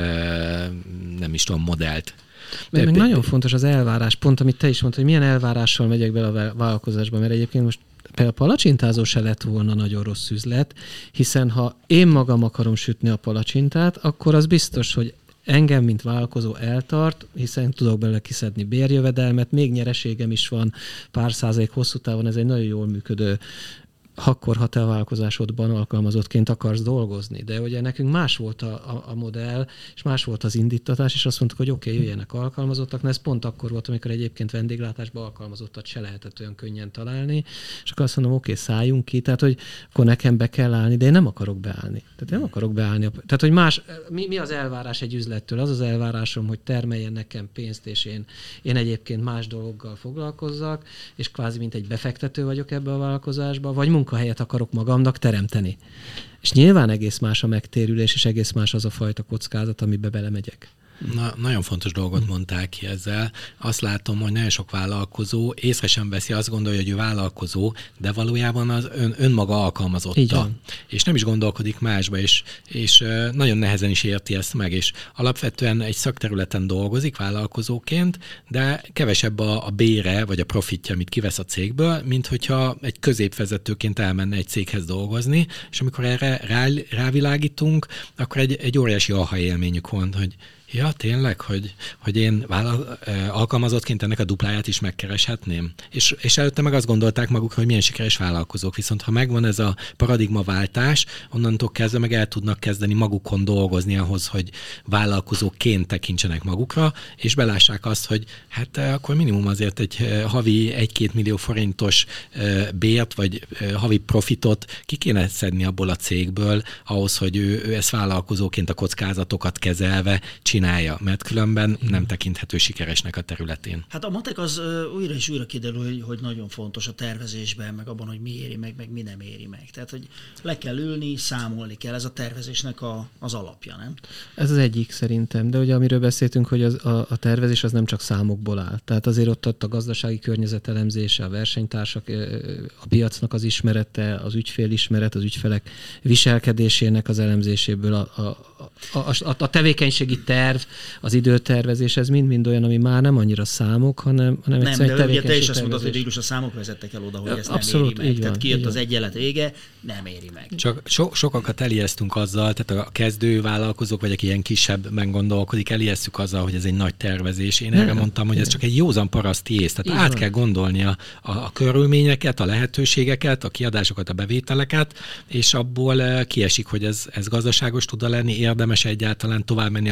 nem is tudom, modellt. Mert meg nagyon fontos az elvárás, pont amit te is mondtad, hogy milyen elvárással megyek bele a vállalkozásba, mert egyébként most például a palacsintázó se lett volna nagyon rossz üzlet, hiszen ha én magam akarom sütni a palacsintát, akkor az biztos, hogy engem, mint vállalkozó eltart, hiszen tudok belőle kiszedni bérjövedelmet, még nyereségem is van, pár százalék hosszú távon, ez egy nagyon jól működő akkor, ha te a vállalkozásodban alkalmazottként akarsz dolgozni. De ugye nekünk más volt a, a, a modell, és más volt az indítatás, és azt mondtuk, hogy oké, okay, jöjjenek alkalmazottak, mert ez pont akkor volt, amikor egyébként vendéglátásban alkalmazottat se lehetett olyan könnyen találni, és akkor azt mondom, oké, okay, szálljunk ki, tehát hogy akkor nekem be kell állni, de én nem akarok beállni. Tehát én nem akarok beállni. Tehát, hogy más, mi, mi az elvárás egy üzlettől? Az az elvárásom, hogy termeljen nekem pénzt, és én, én egyébként más dologgal foglalkozzak, és kvázi mint egy befektető vagyok ebbe a vállalkozásba, vagy munkahelyet akarok magamnak teremteni. És nyilván egész más a megtérülés, és egész más az a fajta kockázat, amibe belemegyek. Na, nagyon fontos dolgot mondták ki ezzel. Azt látom, hogy nagyon sok vállalkozó észre sem veszi, azt gondolja, hogy ő vállalkozó, de valójában az ön, önmaga alkalmazotta. És nem is gondolkodik másba, és, és nagyon nehezen is érti ezt meg, és alapvetően egy szakterületen dolgozik vállalkozóként, de kevesebb a, a bére, vagy a profitja, amit kivesz a cégből, mint hogyha egy középvezetőként elmenne egy céghez dolgozni, és amikor erre rá, rávilágítunk, akkor egy, egy óriási aha élményük van, hogy ja, tényleg, hogy, hogy én vállal, alkalmazottként ennek a dupláját is megkereshetném. És, és előtte meg azt gondolták magukra, hogy milyen sikeres vállalkozók. Viszont ha megvan ez a paradigmaváltás, onnantól kezdve meg el tudnak kezdeni magukon dolgozni ahhoz, hogy vállalkozóként tekintsenek magukra, és belássák azt, hogy hát akkor minimum azért egy havi egy-két millió forintos bért, vagy havi profitot ki kéne szedni abból a cégből, ahhoz, hogy ő, ő ezt vállalkozóként a kockázatokat kezelve csinálja, mert különben nem tekinthető sikeresnek a területén. Hát a matek az uh, újra és újra kiderül, hogy, hogy nagyon fontos a tervezésben, meg abban, hogy mi éri meg, meg mi nem éri meg. Tehát, hogy le kell ülni, számolni kell, ez a tervezésnek a, az alapja, nem? Ez az egyik szerintem, de ugye amiről beszéltünk, hogy az, a, a tervezés az nem csak számokból áll. Tehát azért ott, ott a gazdasági környezet elemzése, a versenytársak, a piacnak az ismerete, az ügyfélismeret, az ügyfelek viselkedésének az elemzéséből a, a, a, a, a tevékenységi terv, az időtervezés, ez mind-mind olyan, ami már nem annyira számok, hanem, hanem nem, egyszerűen de ugye te is azt tervezés. mondod, hogy végül a számok vezettek el oda, hogy Ja, ezt abszolút, nem éri meg. van, Tehát kijött így az van. egyenlet vége, nem éri meg. Csak so, sokakat elijesztünk azzal, tehát a kezdő vállalkozók, vagy aki ilyen kisebben gondolkodik, elijesztük azzal, hogy ez egy nagy tervezés. Én erre Nem, mondtam, hogy ez csak egy józan paraszti ész. Tehát így át van. kell gondolni a, a, a körülményeket, a lehetőségeket, a kiadásokat, a bevételeket, és abból kiesik, hogy ez, ez gazdaságos tud lenni, érdemes egyáltalán tovább menni a gondolkodásban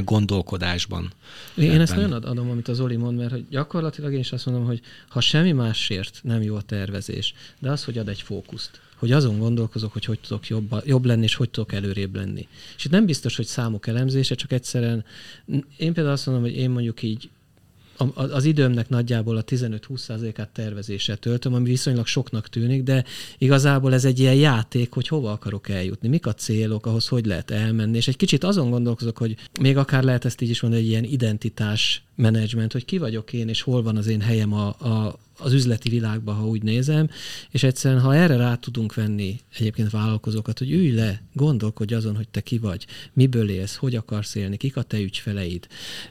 gondolkodásban. Én ebben. ezt nagyon adom, amit az Zoli mond, mert hogy gyakorlatilag én is azt mondom, hogy ha semmi másért nem jó a tervezés, de az, hogy ad egy fókuszt, hogy azon gondolkozok, hogy hogy tudok jobb, jobb lenni, és hogy tudok előrébb lenni. És itt nem biztos, hogy számok elemzése, csak egyszerűen én például azt mondom, hogy én mondjuk így az időmnek nagyjából a tizenöt-húsz százalékát tervezésre töltöm, ami viszonylag soknak tűnik, de igazából ez egy ilyen játék, hogy hova akarok eljutni, mik a célok, ahhoz hogy lehet elmenni, és egy kicsit azon gondolkozok, hogy még akár lehet ezt így is mondani, egy ilyen identitás menedzsment, hogy ki vagyok én, és hol van az én helyem a, a, az üzleti világban, ha úgy nézem, és egyszerűen, ha erre rá tudunk venni egyébként vállalkozókat, hogy ülj le, gondolkodj azon, hogy te ki vagy, miből élsz, hogy akarsz élni, kik a te ügyfeleid,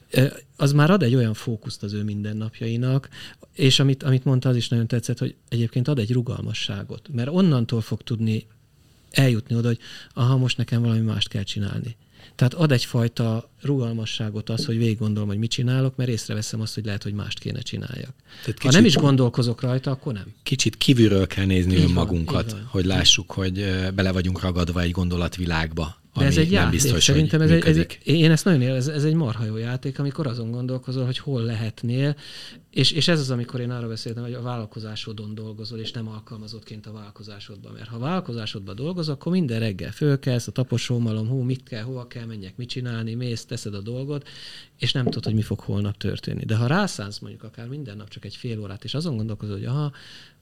az már ad egy olyan fókuszt az ő mindennapjainak, és amit, amit mondta, az is nagyon tetszett, hogy egyébként ad egy rugalmasságot, mert onnantól fog tudni eljutni oda, hogy aha, most nekem valami mást kell csinálni. Tehát ad egyfajta rugalmasságot az, hogy végig gondolom, hogy mit csinálok, mert észreveszem azt, hogy lehet, hogy mást kéne csináljak. Kicsit, ha nem is gondolkozok rajta, akkor nem. Kicsit kívülről kell nézni így önmagunkat, van, hogy lássuk, hogy bele vagyunk ragadva egy gondolatvilágba. De ez egy játék, biztos, szerintem ez egy, ez, én ezt nagyon élem, ez, ez egy marha jó játék, amikor azon gondolkozol, hogy hol lehetnél, és, és ez az, amikor én arra beszéltem, hogy a vállalkozásodon dolgozol, és nem alkalmazottként a vállalkozásodban. Mert ha a vállalkozásodban dolgozol, akkor minden reggel fölkelsz, a taposómalom, hú, mit kell, hova kell menjek, mit csinálni, mész, teszed a dolgot, és nem tudod, hogy mi fog holnap történni. De ha rászánsz mondjuk akár minden nap csak egy fél órát, és azon gondolkozol, hogy aha,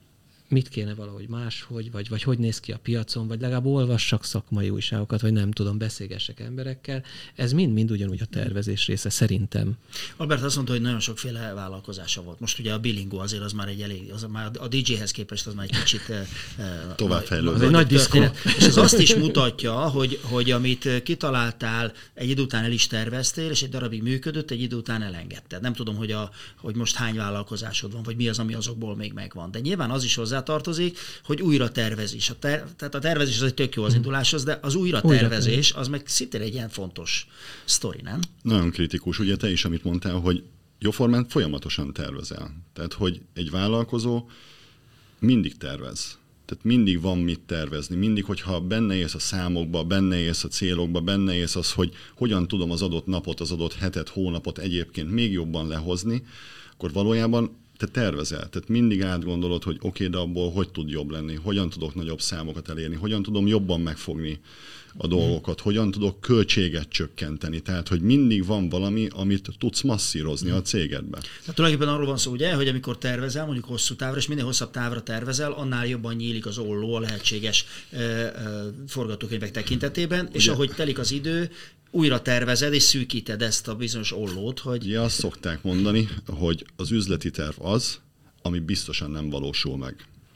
mit kéne valahogy máshogy, vagy, vagy hogy néz ki a piacon, vagy legalább olvassak szakmai újságokat, vagy nem tudom, beszélgessek emberekkel. Ez mind-mind ugyanúgy a tervezés része, szerintem. Albert azt mondta, hogy nagyon sokféle vállalkozása volt. Most ugye a Bilingo azért az már egy elég, az már a dé jéhez képest az már egy kicsit továbbfejlődő. Az egy nagy diszkó. És ez azt is mutatja, hogy, hogy amit kitaláltál, egy idő után el is terveztél, és egy darabig működött, egy idő után elengedted. Nem tudom, hogy, a, hogy most hány vállalkozásod van, vagy mi az, ami azokból még megvan. De nyilván az is hozzá tartozik, hogy újra tervezés. A ter, tehát a tervezés az egy tök jó az induláshoz, de az újra tervezés az meg szintén egy ilyen fontos sztori, nem? Nagyon kritikus. Ugye te is, amit mondtál, hogy jóformán folyamatosan tervezel. Tehát, hogy egy vállalkozó mindig tervez. Tehát mindig van mit tervezni. Mindig, hogyha benne élsz a számokba, benne élsz a célokba, benne élsz az, hogy hogyan tudom az adott napot, az adott hetet, hónapot egyébként még jobban lehozni, akkor valójában te tervezel, tehát mindig átgondolod, hogy oké, okay, de abból hogy tud jobb lenni, hogyan tudok nagyobb számokat elérni, hogyan tudom jobban megfogni a dolgokat, hogyan tudok költséget csökkenteni. Tehát, hogy mindig van valami, amit tudsz masszírozni a cégedben. Tehát tulajdonképpen arról van szó, ugye, hogy amikor tervezel, mondjuk hosszú távra, és minél hosszabb távra tervezel, annál jobban nyílik az olló a lehetséges uh, uh, forgatókönyvek tekintetében, ugye, és ahogy telik az idő, újra tervezed és szűkíted ezt a bizonyos ollót, hogy... Ja, azt szokták mondani, hogy az üzleti terv az, ami biztosan nem valósul meg.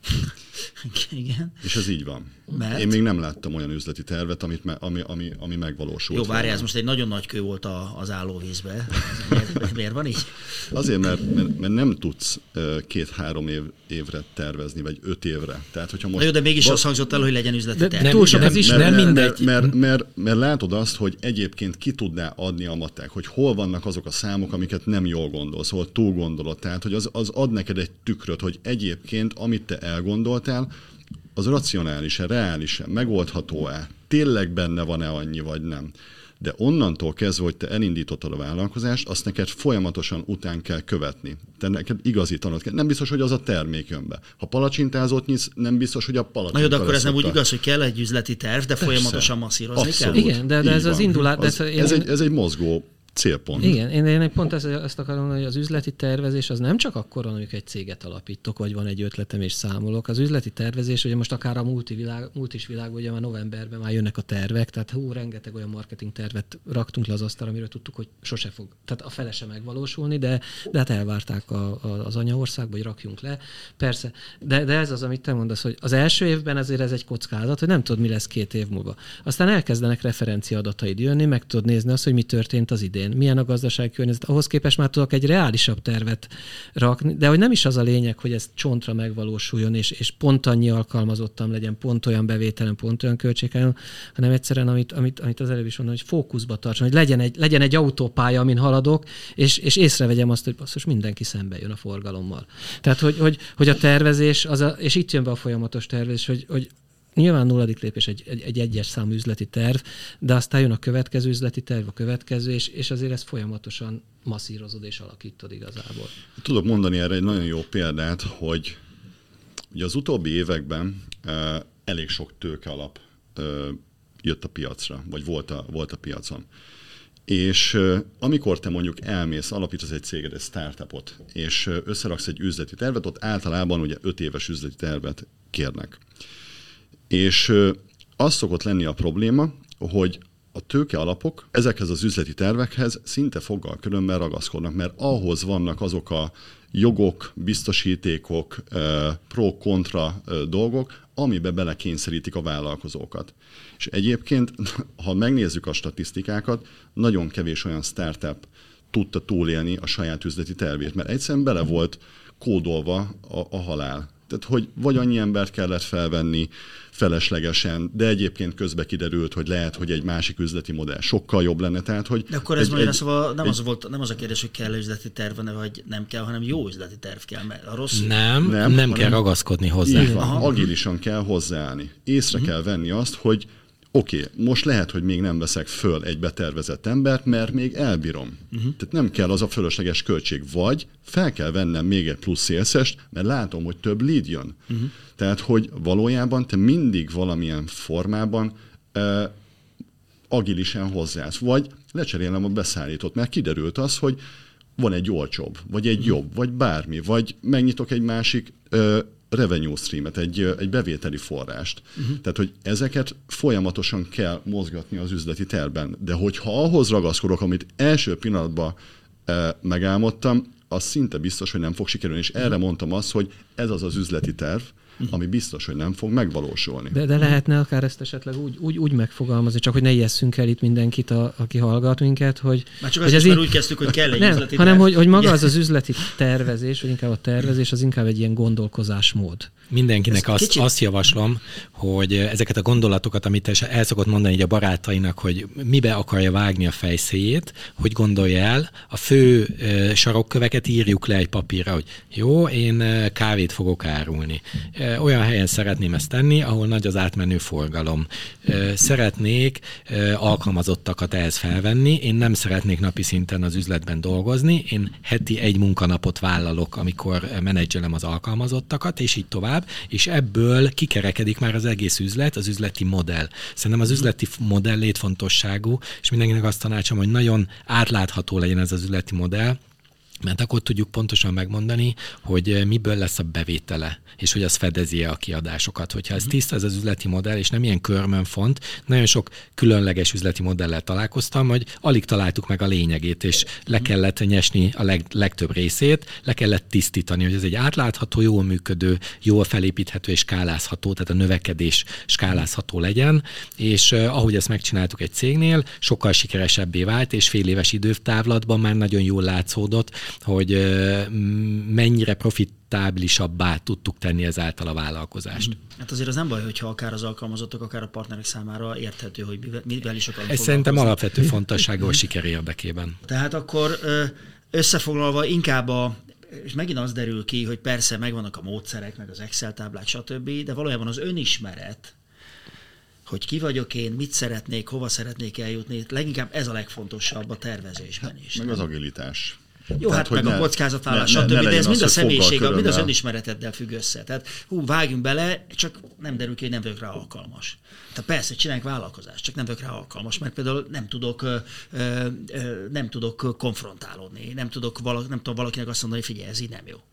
Igen. És ez így van. Mert? Én még nem láttam olyan üzleti tervet, amit me, ami, ami, ami megvalósult. Jó, várjál, ez most egy nagyon nagy kő volt a, az állóvízbe. Miért, miért van így? Azért, mert, mert, mert nem tudsz két-három év, évre tervezni, vagy öt évre. Tehát, hogyha most... Na jó, de mégis va- az hangzott el, hogy legyen üzleti de, terv. de túl sok nem, az is, nem, nem nem mindegy. Mert, mert, mert, mert látod azt, hogy egyébként ki tudná adni a matek, hogy hol vannak azok a számok, amiket nem jól gondolsz, hol túl gondolod. Tehát, hogy az, az ad neked egy tükröt, hogy egyébként, amit te elgondoltál, az racionális-e, reális-e, megoldható-e, tényleg benne van-e annyi, vagy nem. De onnantól kezdve, hogy te elindítottad a vállalkozást, azt neked folyamatosan után kell követni. Te neked igazítanod kell. Nem biztos, hogy az a termék jön be. Ha palacsintázott nyisz, nem biztos, hogy a palacsinta. Na jó, de akkor ez nem úgy a... igaz, hogy kell egy üzleti terv, de Persze. folyamatosan masszírozni Abszolút. kell? Igen, de, de ez Így az van. indulás... Az, ez, ez, egy, ez egy mozgó célpont. Igen, én, én pont ezt, ezt akarom mondani, hogy az üzleti tervezés az nem csak akkor van, amikor egy céget alapítok, vagy van egy ötletem és számolok. Az üzleti tervezés, ugye most akár a multivilág, multis világban, ugye már novemberben már jönnek a tervek, tehát hú, rengeteg olyan marketing tervet raktunk le az asztalra, amiről tudtuk, hogy sose fog, tehát a fele sem megvalósulni, de, de hát elvárták a, a, az anyaországba, hogy rakjunk le. Persze, de, de ez az, amit te mondasz, hogy az első évben azért ez egy kockázat, hogy nem tudod, mi lesz két év múlva. Aztán elkezdenek referencia adataid jönni, meg tudod nézni azt, hogy mi történt az idén. Milyen a gazdasági környezet. Ahhoz képest már tudok egy reálisabb tervet rakni, de hogy nem is az a lényeg, hogy ez csontra megvalósuljon, és, és pont annyi alkalmazottam legyen, pont olyan bevételen, pont olyan költségen, hanem egyszerűen, amit, amit, amit az előbb is mondom, hogy fókuszba tartson, hogy legyen egy, legyen egy autópálya, amin haladok, és, és észrevegyem azt, hogy basszus, mindenki szembe jön a forgalommal. Tehát, hogy, hogy, hogy a tervezés, az a, és itt jön be a folyamatos tervezés, hogy, hogy nyilván nulladik lépés egy, egy, egy egyes számú üzleti terv, de aztán jön a következő üzleti terv, a következő, és, és azért ezt folyamatosan masszírozod és alakítod igazából. Tudok mondani erre egy nagyon jó példát, hogy ugye az utóbbi években uh, elég sok tőkealap uh, jött a piacra, vagy volt a, volt a piacon. És uh, amikor te mondjuk elmész, alapítasz egy céget, egy startupot, és uh, összeraksz egy üzleti tervet, ott általában ugye öt éves üzleti tervet kérnek. És uh, az szokott lenni a probléma, hogy a tőkealapok ezekhez az üzleti tervekhez szinte foggal különben ragaszkodnak, mert ahhoz vannak azok a jogok, biztosítékok, pro-kontra dolgok, amibe belekényszerítik a vállalkozókat. És egyébként, ha megnézzük a statisztikákat, nagyon kevés olyan startup tudta túlélni a saját üzleti tervét, mert egyszerűen bele volt kódolva a, a halál. Tehát, hogy vagy annyi embert kellett felvenni feleslegesen, de egyébként közbe kiderült, hogy lehet, hogy egy másik üzleti modell sokkal jobb lenne. Tehát, hogy de akkor ez egy, majd egy, szóval nem, egy, az volt, nem az a kérdés, hogy kell üzleti terv, vagy nem kell, hanem jó üzleti terv kell, mert a rossz... Nem, nem, nem kell ragaszkodni hozzá. Így van, agilisan kell hozzáállni. Észre uh-huh. kell venni azt, hogy oké, okay, most lehet, hogy még nem veszek föl egy betervezett embert, mert még elbírom. Uh-huh. Tehát nem kell az a fölösleges költség. Vagy fel kell vennem még egy plusz szélszest, mert látom, hogy több lead jön. Uh-huh. Tehát, hogy valójában te mindig valamilyen formában uh, agilisen hozzáállsz. Vagy lecserélem a beszállítót, mert kiderült az, hogy van egy olcsóbb, vagy egy uh-huh. jobb, vagy bármi, vagy megnyitok egy másik uh, revenue streamet, egy, egy bevételi forrást. Uh-huh. Tehát, hogy ezeket folyamatosan kell mozgatni az üzleti tervben. De hogyha ahhoz ragaszkodok, amit első pillanatban e, megálmodtam, az szinte biztos, hogy nem fog sikerülni. És erre mondtam azt, hogy ez az az üzleti terv, ami biztos, hogy nem fog megvalósulni. De, de lehetne akár ezt esetleg úgy, úgy, úgy megfogalmazni, csak hogy ne ijesszünk el itt mindenkit, a, aki hallgat minket, hogy... Már csak hogy azt ez is, így, úgy kezdtük, hogy kell egy nem, üzleti hanem, terv. hogy, hogy maga az az üzleti tervezés, vagy inkább a tervezés, az inkább egy ilyen gondolkozásmód. Mindenkinek azt, kicsit... azt javaslom, hogy ezeket a gondolatokat, amit el szokott mondani így a barátainak, hogy mibe akarja vágni a fejszéjét, hogy gondolja el, a fő sarokköveket írjuk le egy papírra, hogy jó, én kávét fogok árulni. Olyan helyen szeretném ezt tenni, ahol nagy az átmenő forgalom. Szeretnék alkalmazottakat ehhez felvenni, én nem szeretnék napi szinten az üzletben dolgozni, én heti egy munkanapot vállalok, amikor menedzselem az alkalmazottakat, és így tovább, és ebből kikerekedik már az egész üzlet, az üzleti modell. Szerintem az üzleti modell létfontosságú, és mindenkinek azt tanácsom, hogy nagyon átlátható legyen ez az üzleti modell, mert akkor tudjuk pontosan megmondani, hogy miből lesz a bevétele, és hogy az fedezi-e a kiadásokat. Hogyha ez tiszta, ez az üzleti modell, és nem ilyen körmönfont, nagyon sok különleges üzleti modellel találkoztam, hogy alig találtuk meg a lényegét, és le kellett nyesni a leg, legtöbb részét, le kellett tisztítani, hogy ez egy átlátható, jól működő, jól felépíthető és skálázható, tehát a növekedés skálázható legyen, és eh, ahogy ezt megcsináltuk egy cégnél, sokkal sikeresebbé vált, és fél éves időtávlatban már nagyon jól látszódott, hogy mennyire profitábilisabbá tudtuk tenni ezáltal a vállalkozást. Hát azért az nem baj, hogyha akár az alkalmazottak, akár a partnerek számára érthető, hogy mivel is akarunk. Ez szerintem alapvető fontosságú a siker érdekében. Tehát akkor összefoglalva inkább a és megint az derül ki, hogy persze megvannak a módszerek, meg az Excel táblák, stb., de valójában az önismeret, hogy ki vagyok én, mit szeretnék, hova szeretnék eljutni, leginkább ez a legfontosabb a tervezésben is. Meg az agilitás. Jó, tehát, hát meg ne, a kockázatvállalás, ne, ne, stb., ne de ez mind az, a személyiséggel, mind az körömmel. önismereteddel függ össze. Tehát hú, vágjunk bele, csak nem derül ki, hogy nem vagyok rá alkalmas. Tehát persze, csináljuk vállalkozást, csak nem vagyok rá alkalmas, mert például nem tudok, ö, ö, nem tudok konfrontálódni, nem tudok valaki, nem tudom valakinek azt mondani, hogy figyelj, ez így nem jó.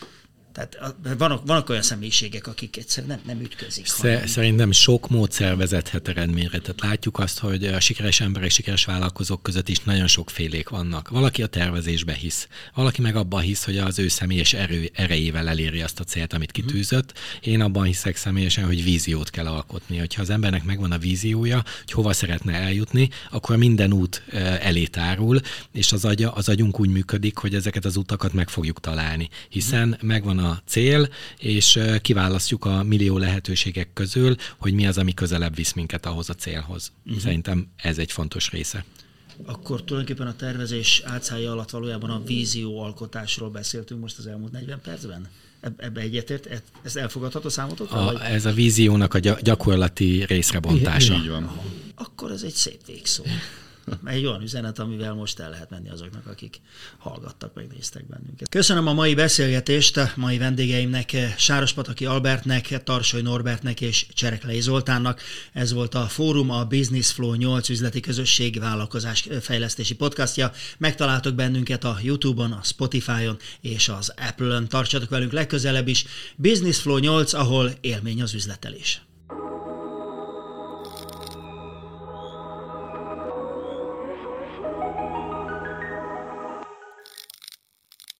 Tehát vannak, vannak olyan személyiségek, akik egyszerűen nem, nem ütközik. Hanem... Szerintem sok módszer vezethet eredményre. Tehát látjuk azt, hogy a sikeres emberek, sikeres vállalkozók között is nagyon sok félék vannak. Valaki a tervezésbe hisz. Valaki meg abban hisz, hogy az ő személyes erő, erejével eléri azt a célt, amit kitűzött. Én abban hiszek személyesen, hogy víziót kell alkotni. Hogyha az embernek megvan a víziója, hogy hova szeretne eljutni, akkor minden út elé tárul, és az, agya, az agyunk úgy működik, hogy ezeket az utakat meg fogjuk találni. Hiszen megvan a cél, és kiválasztjuk a millió lehetőségek közül, hogy mi az, ami közelebb visz minket ahhoz a célhoz. Uh-huh. Szerintem ez egy fontos része. Akkor tulajdonképpen a tervezés álcája alatt valójában a vízió alkotásról beszéltünk most az elmúlt negyven percben? Ebbe egyetért? Ez elfogadható számotokra? A, ez a víziónak a gyakorlati részrebontása. Így van. Akkor ez egy szép végszó. Egy olyan üzenet, amivel most el lehet menni azoknak, akik hallgattak, meg néztek bennünket. Köszönöm a mai beszélgetést a mai vendégeimnek, Sárospataki Albertnek, Tarsai Norbertnek és Csereklei Zoltánnak. Ez volt a Fórum, a Business Flow nyolc üzleti közösség vállalkozás fejlesztési podcastja. Megtaláltok bennünket a YouTube-on, a Spotify-on és az Apple-on. Tartsatok velünk legközelebb is. Business Flow nyolc, ahol élmény az üzletelés.